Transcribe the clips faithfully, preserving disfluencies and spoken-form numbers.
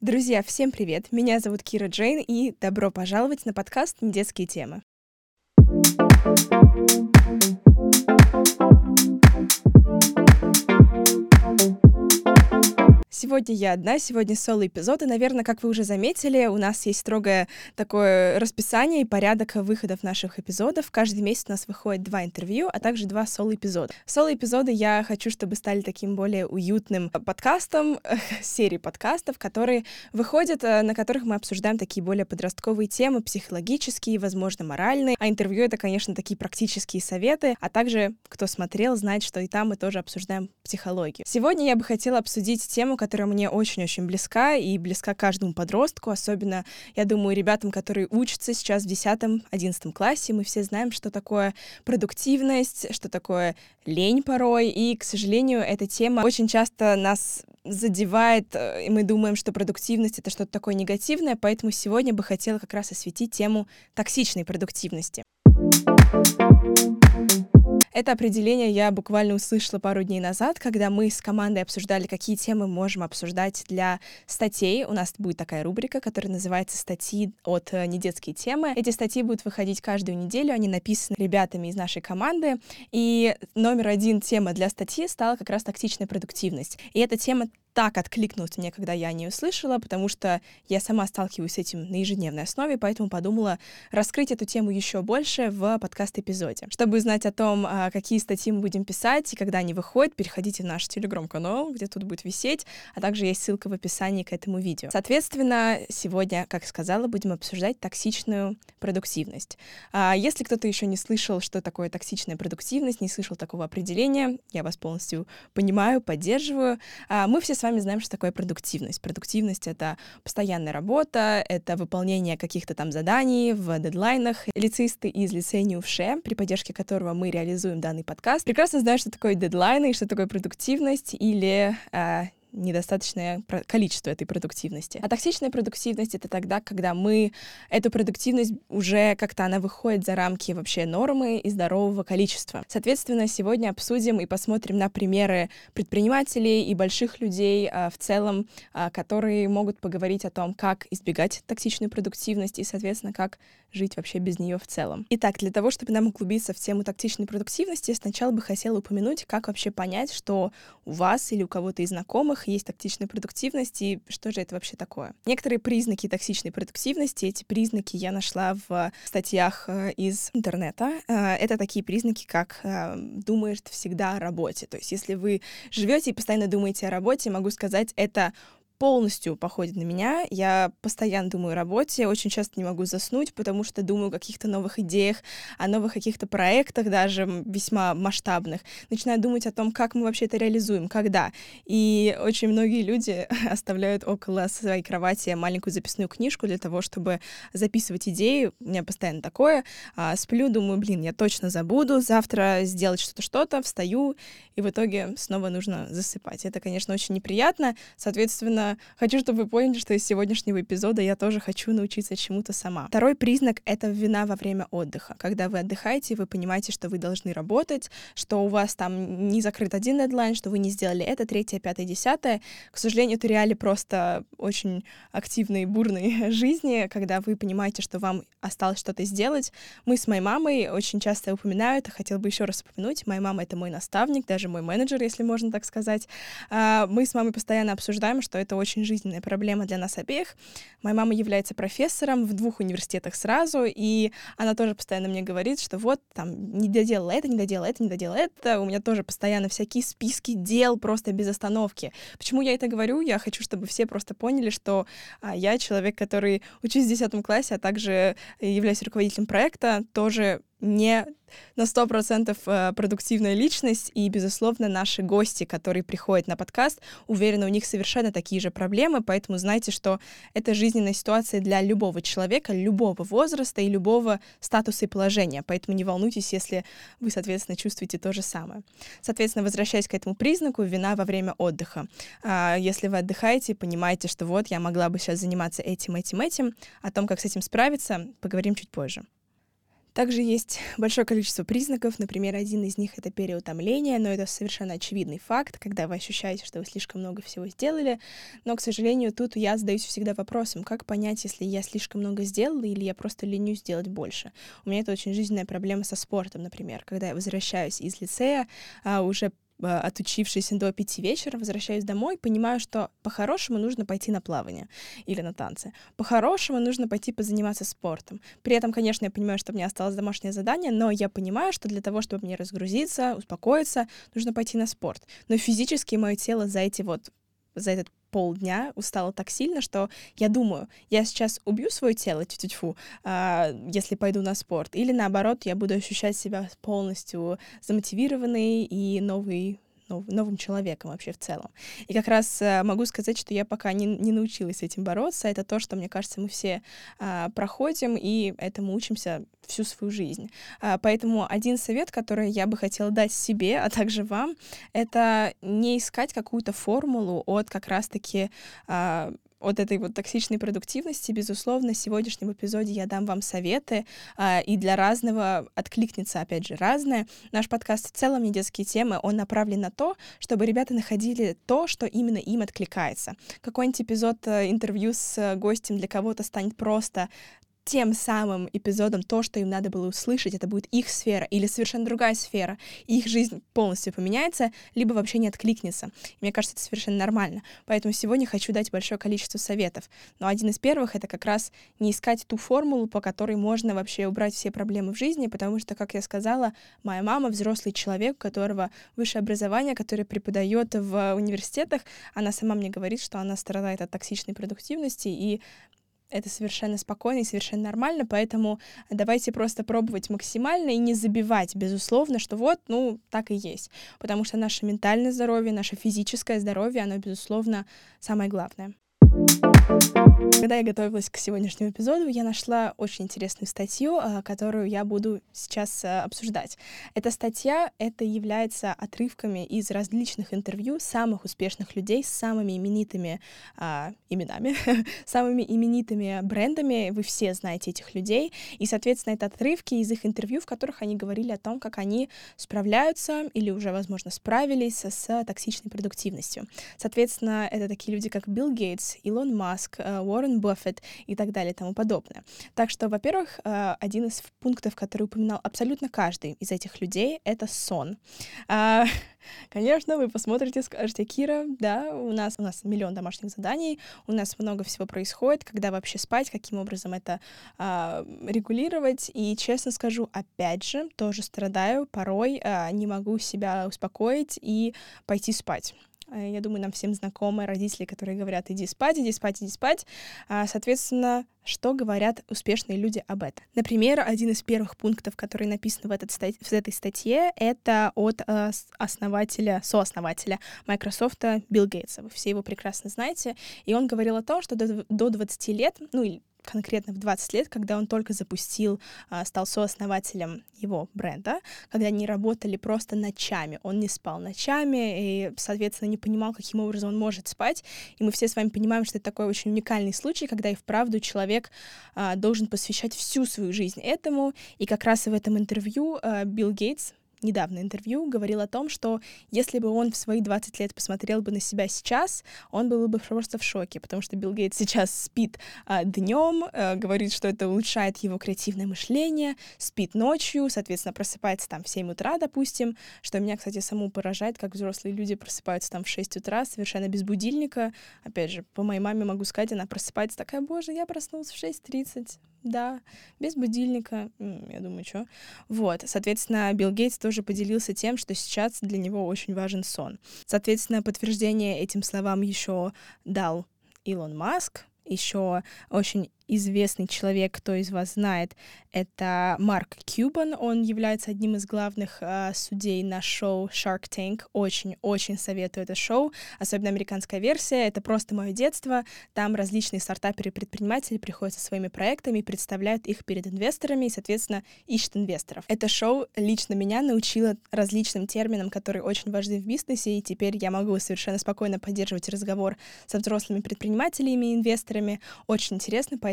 Друзья, всем привет! Меня зовут Кира Джейн, и добро пожаловать на подкаст «Недетские темы». Сегодня я одна, сегодня соло-эпизод, и, наверное, как вы уже заметили, у нас есть строгое такое расписание и порядок выходов наших эпизодов. Каждый месяц у нас выходит два интервью, а также два соло-эпизода. Соло-эпизоды я хочу, чтобы стали таким более уютным подкастом, серией подкастов, которые выходят, на которых мы обсуждаем такие более подростковые темы, психологические, возможно, моральные. А интервью — это, конечно, такие практические советы, а также, кто смотрел, знает, что и там мы тоже обсуждаем психологию. Сегодня я бы хотела обсудить тему, которая мне очень-очень близка и близка каждому подростку, особенно, я думаю, ребятам, которые учатся сейчас в десятом-одиннадцатом классе. Мы все знаем, что такое продуктивность, что такое лень порой, и, к сожалению, эта тема очень часто нас задевает, и мы думаем, что продуктивность — это что-то такое негативное, поэтому сегодня бы хотела как раз осветить тему токсичной продуктивности. Это определение я буквально услышала пару дней назад, когда мы с командой обсуждали, какие темы можем обсуждать для статей. У нас будет такая рубрика, которая называется «Статьи от недетские темы». Эти статьи будут выходить каждую неделю, они написаны ребятами из нашей команды. И номер один тема для статьи стала как раз токсичная продуктивность. И эта тема так откликнулась мне, когда я о ней услышала, потому что я сама сталкиваюсь с этим на ежедневной основе, поэтому подумала раскрыть эту тему еще больше в подкаст-эпизоде. Чтобы узнать о том, какие статьи мы будем писать и когда они выходят, переходите в наш телеграм-канал, где тут будет висеть, а также есть ссылка в описании к этому видео. Соответственно, сегодня, как сказала, будем обсуждать токсичную продуктивность. Если кто-то еще не слышал, что такое токсичная продуктивность, не слышал такого определения, я вас полностью понимаю, поддерживаю. Мы все с вами знаем, что такое продуктивность. Продуктивность — это постоянная работа, это выполнение каких-то там заданий в дедлайнах. Лицеисты из лицея НИУФШЭ, при поддержке которого мы реализуем данный подкаст, прекрасно знают, что такое дедлайны и что такое продуктивность или э, недостаточное количество этой продуктивности. А токсичная продуктивность — это тогда, когда мы эту продуктивность уже как-то она выходит за рамки вообще нормы и здорового количества. Соответственно, сегодня обсудим и посмотрим на примеры предпринимателей и больших людей а, в целом, а, которые могут поговорить о том, как избегать токсичную продуктивность и, соответственно, как жить вообще без нее в целом. Итак, для того, чтобы нам углубиться в тему токсичной продуктивности, сначала бы хотела упомянуть, как вообще понять, что у вас или у кого-то из знакомых есть токсичная продуктивность, и что же это вообще такое. Некоторые признаки токсичной продуктивности, эти признаки я нашла в статьях из интернета. Это такие признаки, как «думаешь всегда о работе». То есть если вы живете и постоянно думаете о работе, могу сказать, это полностью походит на меня. Я постоянно думаю о работе, очень часто не могу заснуть, потому что думаю о каких-то новых идеях, о новых каких-то проектах, даже весьма масштабных. Начинаю думать о том, как мы вообще это реализуем, когда. И очень многие люди оставляют около своей кровати маленькую записную книжку для того, чтобы записывать идеи. У меня постоянно такое. А, сплю, думаю, блин, я точно забуду, завтра сделать что-то, что-то, встаю, и в итоге снова нужно засыпать. Это, конечно, очень неприятно. Соответственно, хочу, чтобы вы поняли, что из сегодняшнего эпизода я тоже хочу научиться чему-то сама. Второй признак — это вина во время отдыха. Когда вы отдыхаете, вы понимаете, что вы должны работать, что у вас там не закрыт один дедлайн, что вы не сделали это, третье, пятое, десятое. К сожалению, это реалии просто очень активной, бурной жизни, когда вы понимаете, что вам осталось что-то сделать. Мы с моей мамой очень часто упоминают, хотела бы еще раз упомянуть, моя мама — это мой наставник, даже мой менеджер, если можно так сказать. Мы с мамой постоянно обсуждаем, что это очень жизненная проблема для нас обеих. Моя мама является профессором в двух университетах сразу, и она тоже постоянно мне говорит, что вот, там, не доделала это, не доделала это, не доделала это. У меня тоже постоянно всякие списки дел просто без остановки. Почему я это говорю? Я хочу, чтобы все просто поняли, что а, я человек, который учусь в десятом классе, а также являюсь руководителем проекта, тоже не на сто процентов продуктивная личность, и, безусловно, наши гости, которые приходят на подкаст, уверена, у них совершенно такие же проблемы, поэтому знайте, что это жизненная ситуация для любого человека, любого возраста и любого статуса и положения, поэтому не волнуйтесь, если вы, соответственно, чувствуете то же самое. Соответственно, возвращаясь к этому признаку, вина во время отдыха. Если вы отдыхаете, понимаете, что вот, я могла бы сейчас заниматься этим, этим, этим, о том, как с этим справиться, поговорим чуть позже. Также есть большое количество признаков, например, один из них — это переутомление, но это совершенно очевидный факт, когда вы ощущаете, что вы слишком много всего сделали, но, к сожалению, тут я задаюсь всегда вопросом, как понять, если я слишком много сделала или я просто ленюсь сделать больше. У меня это очень жизненная проблема со спортом, например, когда я возвращаюсь из лицея, а, уже а, отучившись до пяти вечера, возвращаюсь домой, понимаю, что по-хорошему нужно пойти на плавание или на танцы. По-хорошему нужно пойти позаниматься спортом. При этом, конечно, я понимаю, что у меня осталось домашнее задание, но я понимаю, что для того, чтобы мне разгрузиться, успокоиться, нужно пойти на спорт. Но физически мое тело за эти вот, за этот полдня устало так сильно, что я думаю, я сейчас убью свое тело, тю-тю-тьфу, а, если пойду на спорт, или наоборот, я буду ощущать себя полностью замотивированной и новый нов- новым человеком вообще в целом. И как раз а, могу сказать, что я пока не, не научилась с этим бороться. Это то, что, мне кажется, мы все а, проходим, и этому учимся всю свою жизнь. А, поэтому один совет, который я бы хотела дать себе, а также вам, это не искать какую-то формулу от как раз-таки а, от этой вот токсичной продуктивности. Безусловно, в сегодняшнем эпизоде я дам вам советы, а, и для разного откликнется, опять же, разное. Наш подкаст в целом «Не детские темы», он направлен на то, чтобы ребята находили то, что именно им откликается. Какой-нибудь эпизод э, интервью с э, гостем для кого-то станет просто тем самым эпизодом то, что им надо было услышать, это будет их сфера или совершенно другая сфера, и их жизнь полностью поменяется, либо вообще не откликнется. И мне кажется, это совершенно нормально. Поэтому сегодня хочу дать большое количество советов. Но один из первых — это как раз не искать ту формулу, по которой можно вообще убрать все проблемы в жизни, потому что, как я сказала, моя мама — взрослый человек, у которого высшее образование, который преподает в университетах. Она сама мне говорит, что она страдает от токсичной продуктивности, и это совершенно спокойно и совершенно нормально, поэтому давайте просто пробовать максимально и не забивать, безусловно, что вот, ну, так и есть. Потому что наше ментальное здоровье, наше физическое здоровье, оно, безусловно, самое главное. Когда я готовилась к сегодняшнему эпизоду, я нашла очень интересную статью, а, которую я буду сейчас а, обсуждать. Эта статья, это является отрывками из различных интервью самых успешных людей с самыми именитыми а, именами, самыми именитыми брендами. Вы все знаете этих людей. И, соответственно, это отрывки из их интервью, в которых они говорили о том, как они справляются или уже, возможно, справились с токсичной продуктивностью. Соответственно, это такие люди, как Билл Гейтс, Илон Маск, Уоррен Баффет и так далее и тому подобное. Так что, во-первых, один из пунктов, который упоминал абсолютно каждый из этих людей, это сон. А, конечно, вы посмотрите, скажете: Кира, да, у нас, у нас миллион домашних заданий, у нас много всего происходит, когда вообще спать, каким образом это а, регулировать. И, честно скажу, опять же, тоже страдаю, порой а, не могу себя успокоить и пойти спать. Я думаю, нам всем знакомы родители, которые говорят: иди спать, иди спать, иди спать. Соответственно, что говорят успешные люди об этом? Например, один из первых пунктов, который написан в, этот стать... в этой статье, это от э, основателя, сооснователя Microsoft Билл Гейтса. Вы все его прекрасно знаете. И он говорил о том, что до, до двадцати лет, ну или конкретно в двадцать лет, когда он только запустил, стал сооснователем его бренда, когда они работали просто ночами. Он не спал ночами и, соответственно, не понимал, каким образом он может спать. И мы все с вами понимаем, что это такой очень уникальный случай, когда и вправду человек а, должен посвящать всю свою жизнь этому. И как раз и в этом интервью а, Билл Гейтс, недавно интервью, говорил о том, что если бы он в свои двадцать лет посмотрел бы на себя сейчас, он был бы просто в шоке, потому что Билл Гейтс сейчас спит а, днем, а, говорит, что это улучшает его креативное мышление, спит ночью, соответственно, просыпается там в семь утра, допустим, что меня, кстати, саму поражает, как взрослые люди просыпаются там в шесть утра, совершенно без будильника. Опять же, по моей маме могу сказать, она просыпается такая: боже, я проснулась в шесть тридцать. Да, без будильника. Я думаю, что. Вот, соответственно, Билл Гейтс тоже поделился тем, что сейчас для него очень важен сон. Соответственно, подтверждение этим словам еще дал Илон Маск, еще очень известный человек, кто из вас знает, это Марк Кьюбан. Он является одним из главных э, судей на шоу Shark Tank. Очень-очень советую это шоу, особенно американская версия. Это просто мое детство. Там различные стартаперы и предприниматели приходят со своими проектами, представляют их перед инвесторами и, соответственно, ищут инвесторов. Это шоу лично меня научило различным терминам, которые очень важны в бизнесе, и теперь я могу совершенно спокойно поддерживать разговор со взрослыми предпринимателями и инвесторами. Очень интересно, поэтому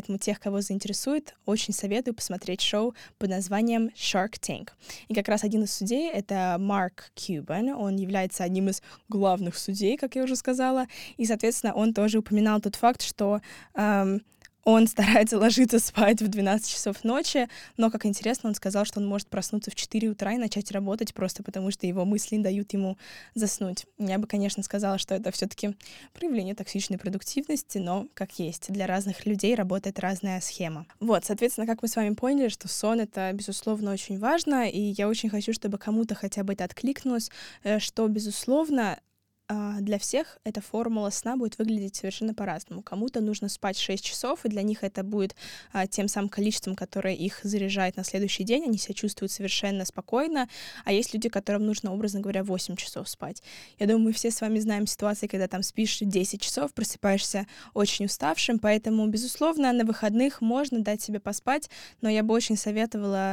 поэтому тех, кого заинтересует, очень советую посмотреть шоу под названием Shark Tank. И как раз один из судей — это Марк Кьюбан, он является одним из главных судей, как я уже сказала, и, соответственно, он тоже упоминал тот факт, что эм, он старается ложиться спать в двенадцать часов ночи, но, как интересно, он сказал, что он может проснуться в четыре утра и начать работать просто потому, что его мысли не дают ему заснуть. Я бы, конечно, сказала, что это все-таки проявление токсичной продуктивности, но как есть. Для разных людей работает разная схема. Вот, соответственно, как мы с вами поняли, что сон — это, безусловно, очень важно, и я очень хочу, чтобы кому-то хотя бы это откликнулось, что, безусловно, для всех эта формула сна будет выглядеть совершенно по-разному. Кому-то нужно спать шесть часов, и для них это будет а, тем самым количеством, которое их заряжает на следующий день, они себя чувствуют совершенно спокойно, а есть люди, которым нужно, образно говоря, восемь часов спать. Я думаю, мы все с вами знаем ситуации, когда там спишь десять часов, просыпаешься очень уставшим, поэтому, безусловно, на выходных можно дать себе поспать, но я бы очень советовала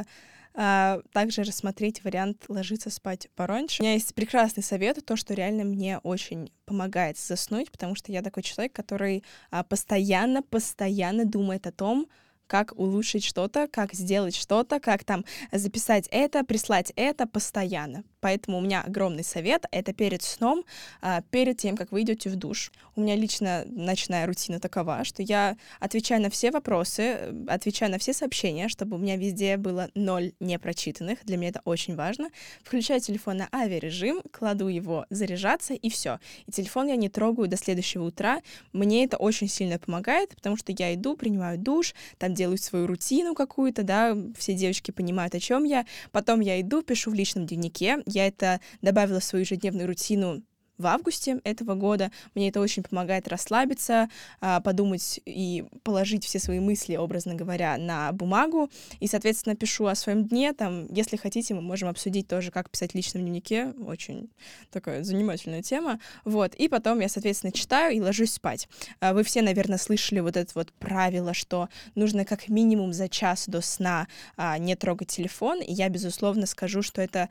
А также рассмотреть вариант ложиться спать пораньше. У меня есть прекрасный совет, то, что реально мне очень помогает заснуть, потому что я такой человек, который постоянно-постоянно думает о том, как улучшить что-то, как сделать что-то, как там записать это, прислать это постоянно. Поэтому у меня огромный совет — это перед сном, перед тем, как вы идете в душ. У меня лично ночная рутина такова, что я отвечаю на все вопросы, отвечаю на все сообщения, чтобы у меня везде было ноль непрочитанных. Для меня это очень важно. Включаю телефон на авиарежим, кладу его заряжаться, и все. И телефон я не трогаю до следующего утра. Мне это очень сильно помогает, потому что я иду, принимаю душ, там делаю свою рутину какую-то, да, все девочки понимают, о чем я. Потом я иду, пишу в личном дневнике. Я это добавила в свою ежедневную рутину в августе этого года. Мне это очень помогает расслабиться, подумать и положить все свои мысли, образно говоря, на бумагу. И, соответственно, пишу о своем дне. Там, если хотите, мы можем обсудить тоже, как писать в личном дневнике. Очень такая занимательная тема. Вот. И потом я, соответственно, читаю и ложусь спать. Вы все, наверное, слышали вот это вот правило, что нужно как минимум за час до сна не трогать телефон. И я, безусловно, скажу, что это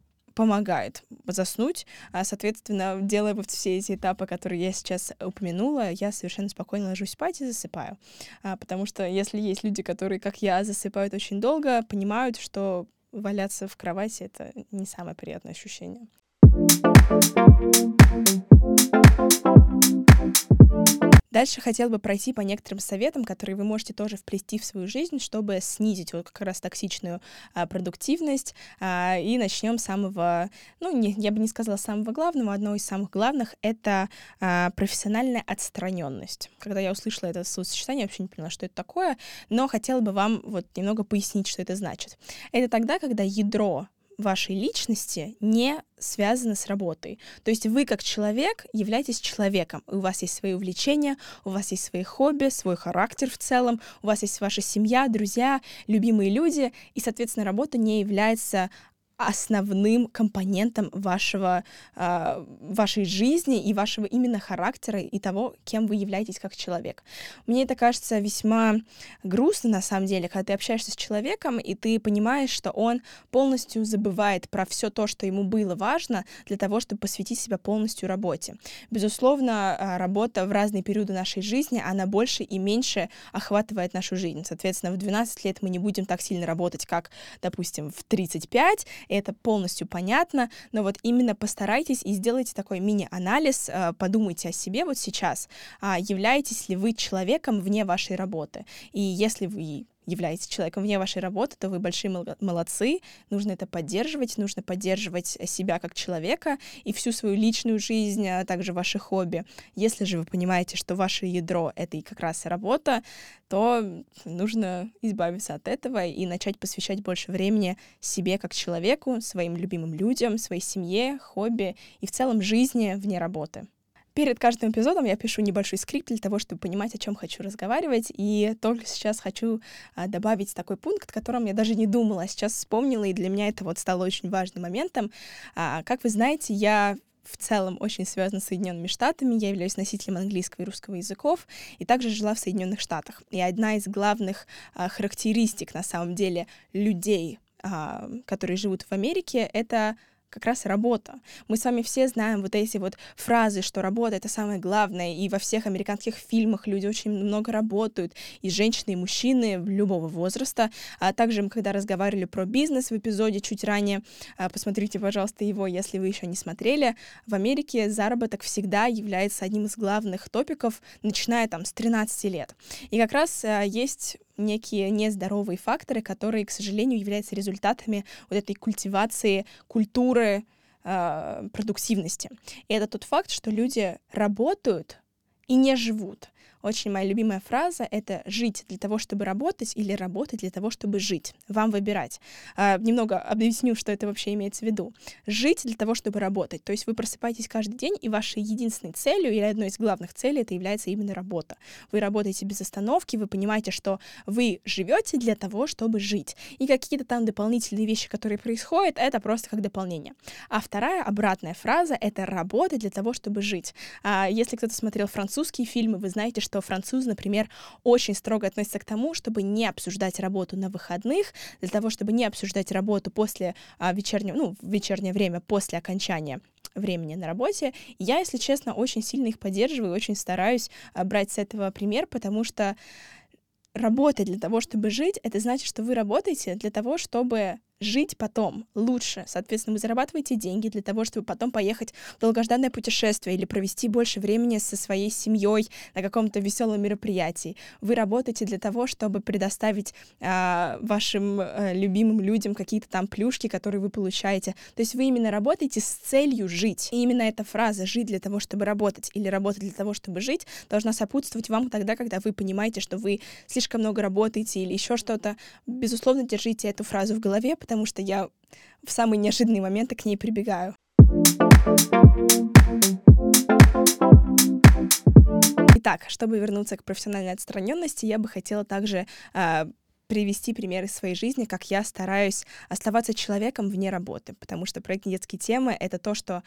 помогает заснуть. А, соответственно, делая вот все эти этапы, которые я сейчас упомянула, я совершенно спокойно ложусь спать и засыпаю. А, потому что если есть люди, которые, как я, засыпают очень долго, понимают, что валяться в кровати — это не самое приятное ощущение. Дальше хотела бы пройти по некоторым советам, которые вы можете тоже вплести в свою жизнь, чтобы снизить вот как раз токсичную а, продуктивность. А, и начнем с самого, ну, не, я бы не сказала самого главного, одно из самых главных — это а, профессиональная отстраненность. Когда я услышала это словосочетание, я вообще не поняла, что это такое, но хотела бы вам вот немного пояснить, что это значит. Это тогда, когда ядро вашей личности не связано с работой. То есть вы как человек являетесь человеком. У вас есть свои увлечения, у вас есть свои хобби, свой характер в целом, у вас есть ваша семья, друзья, любимые люди, и, соответственно, работа не является основным компонентом вашего, э, вашей жизни и вашего именно характера и того, кем вы являетесь как человек. Мне это кажется весьма грустно, на самом деле, когда ты общаешься с человеком, и ты понимаешь, что он полностью забывает про все то, что ему было важно, для того, чтобы посвятить себя полностью работе. Безусловно, работа в разные периоды нашей жизни, она больше и меньше охватывает нашу жизнь. Соответственно, в двенадцать лет мы не будем так сильно работать, как, допустим, в тридцать пять, это полностью понятно, но вот именно постарайтесь и сделайте такой мини-анализ, подумайте о себе вот сейчас, являетесь ли вы человеком вне вашей работы, и если вы являетесь человеком вне вашей работы, то вы большие молодцы, нужно это поддерживать, нужно поддерживать себя как человека и всю свою личную жизнь, а также ваши хобби. Если же вы понимаете, что ваше ядро — это и как раз работа, то нужно избавиться от этого и начать посвящать больше времени себе как человеку, своим любимым людям, своей семье, хобби и в целом жизни вне работы. Перед каждым эпизодом я пишу небольшой скрипт для того, чтобы понимать, о чем хочу разговаривать, и только сейчас хочу а, добавить такой пункт, о котором я даже не думала, а сейчас вспомнила, и для меня это вот стало очень важным моментом. А, как вы знаете, я в целом очень связана с Соединенными Штатами, я являюсь носителем английского и русского языков, и также жила в Соединенных Штатах. И одна из главных а, характеристик, на самом деле, людей, а, которые живут в Америке, это как раз работа. Мы с вами все знаем вот эти вот фразы, что работа — это самое главное, и во всех американских фильмах люди очень много работают, и женщины, и мужчины любого возраста. А также мы, когда разговаривали про бизнес в эпизоде чуть ранее, посмотрите, пожалуйста, его, если вы еще не смотрели, в Америке заработок всегда является одним из главных топиков, начиная там с тринадцати лет. И как раз есть некие нездоровые факторы, которые, к сожалению, являются результатами вот этой культивации культуры э, продуктивности. И это тот факт, что люди работают и не живут. Очень моя любимая фраза — это «жить для того, чтобы работать» или «работать для того, чтобы жить». Вам выбирать. А, немного объясню, что это вообще имеется в виду. Жить для того, чтобы работать. То есть вы просыпаетесь каждый день, и вашей единственной целью или одной из главных целей это является именно работа. Вы работаете без остановки, вы понимаете, что вы живете для того, чтобы жить. И какие-то там дополнительные вещи, которые происходят, это просто как дополнение. А вторая, обратная фраза — это «работать для того, чтобы жить». А, если кто-то смотрел французские фильмы, вы знаете, что что французы, например, очень строго относятся к тому, чтобы не обсуждать работу на выходных, для того, чтобы не обсуждать работу после а, вечернего, ну, в вечернее время, после окончания времени на работе. Я, если честно, очень сильно их поддерживаю, очень стараюсь а, брать с этого пример, потому что работать для того, чтобы жить, это значит, что вы работаете для того, чтобы жить потом лучше. Соответственно, вы зарабатываете деньги для того, чтобы потом поехать в долгожданное путешествие или провести больше времени со своей семьей на каком-то веселом мероприятии. Вы работаете для того, чтобы предоставить а, вашим а, любимым людям какие-то там плюшки, которые вы получаете. То есть вы именно работаете с целью жить. И именно эта фраза «жить для того, чтобы работать» или «работать для того, чтобы жить» должна сопутствовать вам тогда, когда вы понимаете, что вы слишком много работаете или еще что-то. Безусловно, держите эту фразу в голове, потому что я в самые неожиданные моменты к ней прибегаю. Итак, чтобы вернуться к профессиональной отстраненности, я бы хотела также э, привести примеры из своей жизни, как я стараюсь оставаться человеком вне работы, потому что проект «Недетские темы» — это то, что...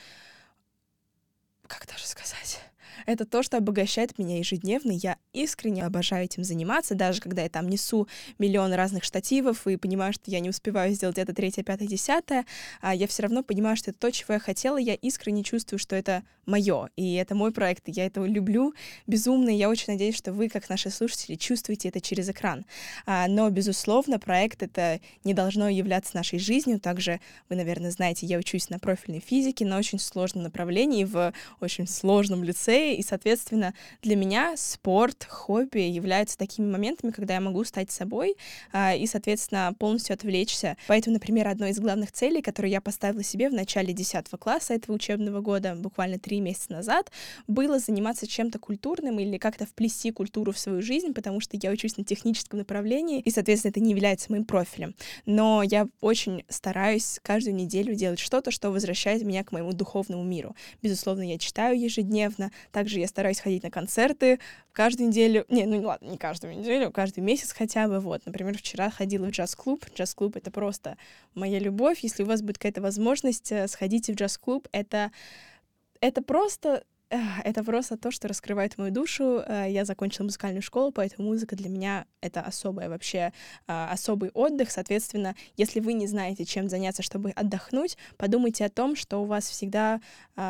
Как даже сказать... Это то, что обогащает меня ежедневно. Я искренне обожаю этим заниматься, даже когда я там несу миллион разных штативов и понимаю, что я не успеваю сделать это третье, пятое, десятое, а я все равно понимаю, что это то, чего я хотела. Я искренне чувствую, что это мое, и это мой проект, и я этого люблю безумно, и я очень надеюсь, что вы, как наши слушатели, чувствуете это через экран. А, но, безусловно, проект это не должно являться нашей жизнью. Также, вы, наверное, знаете, я учусь на профильной физике на очень сложном направлении, в очень сложном лицее, и, соответственно, для меня спорт, хобби являются такими моментами, когда я могу стать собой а, и, соответственно, полностью отвлечься. Поэтому, например, одной из главных целей, которую я поставила себе в начале десятого класса этого учебного года, буквально три месяца назад, было заниматься чем-то культурным или как-то вплести культуру в свою жизнь, потому что я учусь на техническом направлении, и, соответственно, это не является моим профилем. Но я очень стараюсь каждую неделю делать что-то, что возвращает меня к моему духовному миру. Безусловно, я читаю ежедневно, также я стараюсь ходить на концерты каждую неделю. Не, ну ладно, не каждую неделю, каждый месяц хотя бы. Вот, например, вчера ходила в джаз-клуб. Джаз-клуб — это просто моя любовь. Если у вас будет какая-то возможность, сходите в джаз-клуб. Это, это просто... Это просто то, что раскрывает мою душу. Я закончила музыкальную школу, поэтому музыка для меня — это особое вообще, особый отдых. Соответственно, если вы не знаете, чем заняться, чтобы отдохнуть, подумайте о том, что у вас всегда,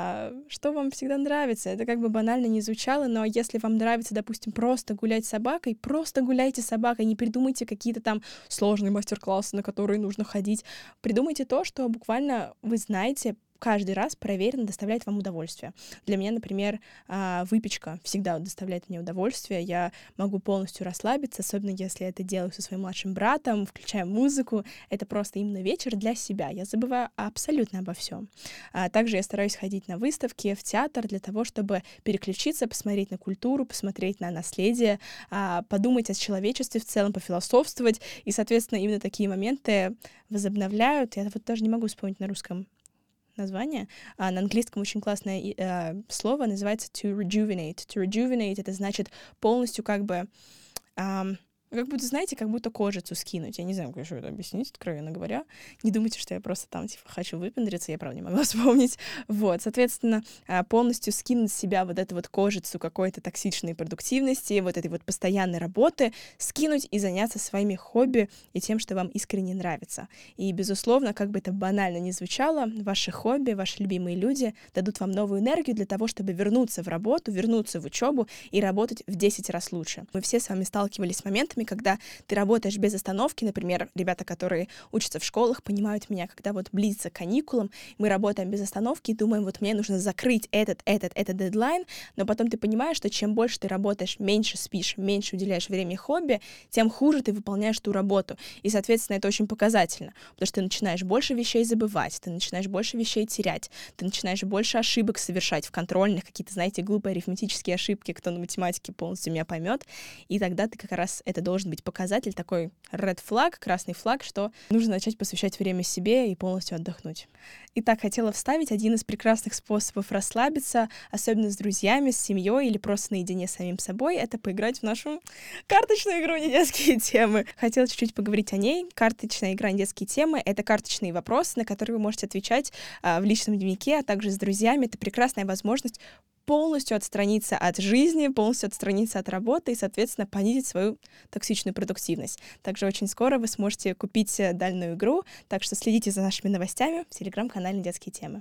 что вам всегда нравится. Это как бы банально не звучало, но если вам нравится, допустим, просто гулять с собакой, просто гуляйте с собакой, не придумайте какие-то там сложные мастер-классы, на которые нужно ходить. Придумайте то, что буквально вы знаете, каждый раз проверенно доставляет вам удовольствие. Для меня, например, выпечка всегда доставляет мне удовольствие. Я могу полностью расслабиться, особенно если я это делаю со своим младшим братом, включая музыку. Это просто именно вечер для себя. Я забываю абсолютно обо всем. Также я стараюсь ходить на выставки, в театр для того, чтобы переключиться, посмотреть на культуру, посмотреть на наследие, подумать о человечестве в целом, пофилософствовать. И, соответственно, именно такие моменты возобновляют. Я вот даже не могу вспомнить на русском название. А на английском очень классное э, слово, называется to rejuvenate. To rejuvenate — это значит полностью как бы... Э, Как будто, знаете, как будто кожицу скинуть. Я не знаю, как еще это объяснить, откровенно говоря. Не думайте, что я просто там, типа, хочу выпендриться, я, правда, не могла вспомнить. Вот, соответственно, полностью скинуть с себя вот эту вот кожицу какой-то токсичной продуктивности, вот этой вот постоянной работы, скинуть и заняться своими хобби и тем, что вам искренне нравится. И, безусловно, как бы это банально ни звучало, ваши хобби, ваши любимые люди дадут вам новую энергию для того, чтобы вернуться в работу, вернуться в учебу и работать в десять раз лучше. Мы все с вами сталкивались с моментами, когда ты работаешь без остановки. Например, ребята, которые учатся в школах, понимают меня, когда вот близится к каникулам, мы работаем без остановки и думаем, вот мне нужно закрыть этот, этот, этот дедлайн, но потом ты понимаешь, что чем больше ты работаешь, меньше спишь, меньше уделяешь времени хобби, тем хуже ты выполняешь ту работу. И, соответственно, это очень показательно, потому что ты начинаешь больше вещей забывать, ты начинаешь больше вещей терять, ты начинаешь больше ошибок совершать в контрольных, какие-то, знаете, глупые арифметические ошибки, кто на математике полностью меня поймет, и тогда ты как раз это должен быть показатель, такой red flag, красный флаг, что нужно начать посвящать время себе и полностью отдохнуть. Итак, хотела вставить один из прекрасных способов расслабиться, особенно с друзьями, с семьей или просто наедине с самим собой, это поиграть в нашу карточную игру «Недетские темы». Хотела чуть-чуть поговорить о ней. Карточная игра «Недетские темы» — это карточные вопросы, на которые вы можете отвечать а, в личном дневнике, а также с друзьями. Это прекрасная возможность полностью отстраниться от жизни, полностью отстраниться от работы и, соответственно, понизить свою токсичную продуктивность. Также очень скоро вы сможете купить данную игру, так что следите за нашими новостями в телеграм-канале «Детские темы».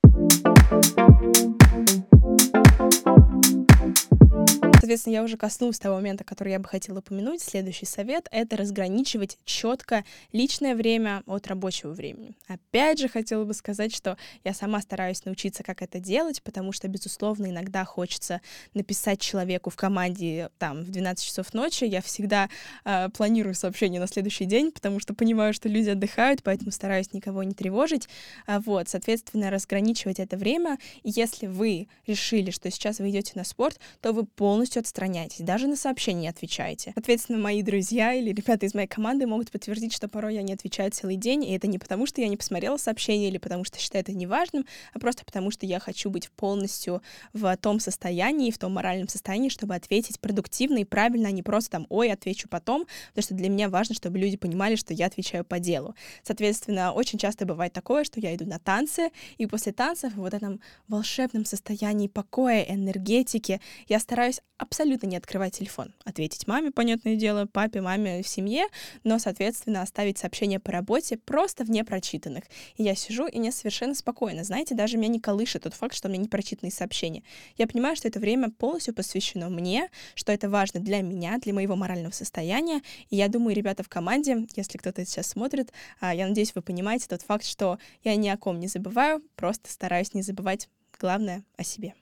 Соответственно, я уже коснулась того момента, который я бы хотела упомянуть. Следующий совет — это разграничивать четко личное время от рабочего времени. Опять же, хотела бы сказать, что я сама стараюсь научиться, как это делать, потому что, безусловно, иногда хочется написать человеку в команде там в двенадцать часов ночи. Я всегда э, планирую сообщение на следующий день, потому что понимаю, что люди отдыхают, поэтому стараюсь никого не тревожить. А, вот, соответственно, разграничивать это время. И если вы решили, что сейчас вы идете на спорт, то вы полностью отстраняйтесь, даже на сообщения не отвечаете. Соответственно, мои друзья или ребята из моей команды могут подтвердить, что порой я не отвечаю целый день, и это не потому, что я не посмотрела сообщение или потому, что считаю это неважным, а просто потому, что я хочу быть полностью в том состоянии, в том моральном состоянии, чтобы ответить продуктивно и правильно, а не просто там «ой, отвечу потом», потому что для меня важно, чтобы люди понимали, что я отвечаю по делу. Соответственно, очень часто бывает такое, что я иду на танцы, и после танцев в вот этом волшебном состоянии покоя, энергетики я стараюсь абсолютно не открывать телефон. Ответить маме, понятное дело, папе, маме в семье, но, соответственно, оставить сообщения по работе просто вне прочитанных. И я сижу, и мне совершенно спокойно. Знаете, даже меня не колышет тот факт, что у меня не прочитанные сообщения. Я понимаю, что это время полностью посвящено мне, что это важно для меня, для моего морального состояния. И я думаю, ребята в команде, если кто-то сейчас смотрит, я надеюсь, вы понимаете тот факт, что я ни о ком не забываю, просто стараюсь не забывать главное о себе.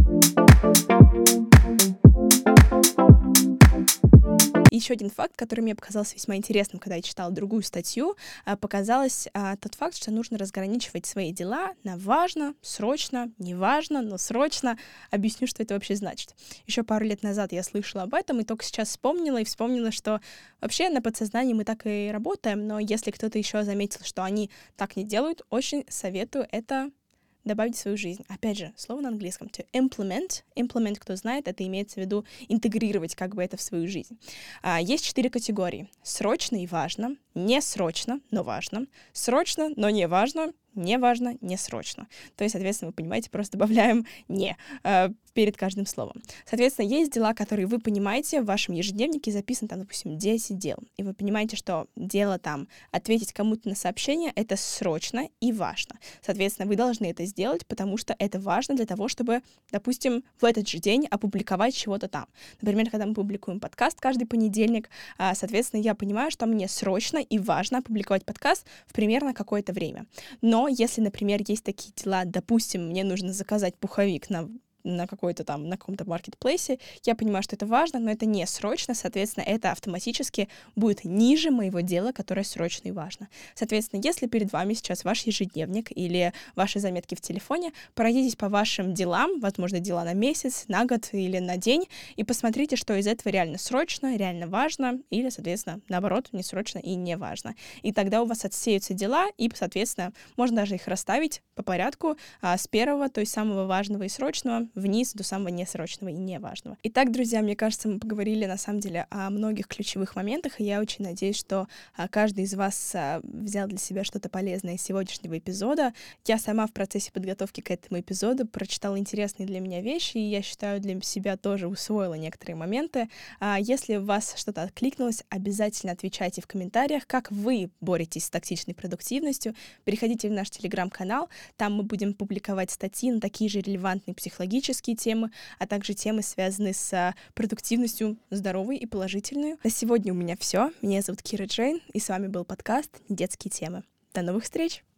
Еще один факт, который мне показался весьма интересным, когда я читала другую статью, показалось тот факт, что нужно разграничивать свои дела на важно, срочно, неважно, но срочно. Объясню, что это вообще значит. Еще пару лет назад я слышала об этом и только сейчас вспомнила и вспомнила, что вообще на подсознании мы так и работаем, но если кто-то еще заметил, что они так не делают, очень советую это добавить в свою жизнь. Опять же, слово на английском. To implement. Implement, кто знает, это имеется в виду интегрировать как бы это в свою жизнь. А, есть четыре категории. Срочно и важно. Не срочно, но важно. Срочно, но не важно. Не важно, не срочно. То есть, соответственно, вы понимаете, просто добавляем «не» э, перед каждым словом. Соответственно, есть дела, которые вы понимаете, в вашем ежедневнике записано там, допустим, десять дел. И вы понимаете, что дело там ответить кому-то на сообщение — это срочно и важно. Соответственно, вы должны это сделать, потому что это важно для того, чтобы, допустим, в этот же день опубликовать чего-то там. Например, когда мы публикуем подкаст каждый понедельник, э, соответственно, я понимаю, что мне срочно и важно опубликовать подкаст в примерно какое-то время. Но Но если, например, есть такие дела, допустим, мне нужно заказать пуховик на на какой-то там, на каком-то маркетплейсе, я понимаю, что это важно, но это не срочно, соответственно, это автоматически будет ниже моего дела, которое срочно и важно. Соответственно, если перед вами сейчас ваш ежедневник или ваши заметки в телефоне, пройдитесь по вашим делам, возможно, дела на месяц, на год или на день, и посмотрите, что из этого реально срочно, реально важно, или, соответственно, наоборот, не срочно и не важно. И тогда у вас отсеются дела, и, соответственно, можно даже их расставить по порядку а, с первого, то есть самого важного и срочного, вниз до самого несрочного и неважного. Итак, друзья, мне кажется, мы поговорили на самом деле о многих ключевых моментах, и я очень надеюсь, что а, каждый из вас а, взял для себя что-то полезное из сегодняшнего эпизода. Я сама в процессе подготовки к этому эпизоду прочитала интересные для меня вещи, и я считаю, для себя тоже усвоила некоторые моменты. А, если у вас что-то откликнулось, обязательно отвечайте в комментариях, как вы боретесь с токсичной продуктивностью. Переходите в наш телеграм-канал, там мы будем публиковать статьи на такие же релевантные психологические темы, а также темы, связанные с продуктивностью здоровой и положительной. На сегодня у меня все. Меня зовут Кира Джейн, и с вами был подкаст «Недетские темы». До новых встреч!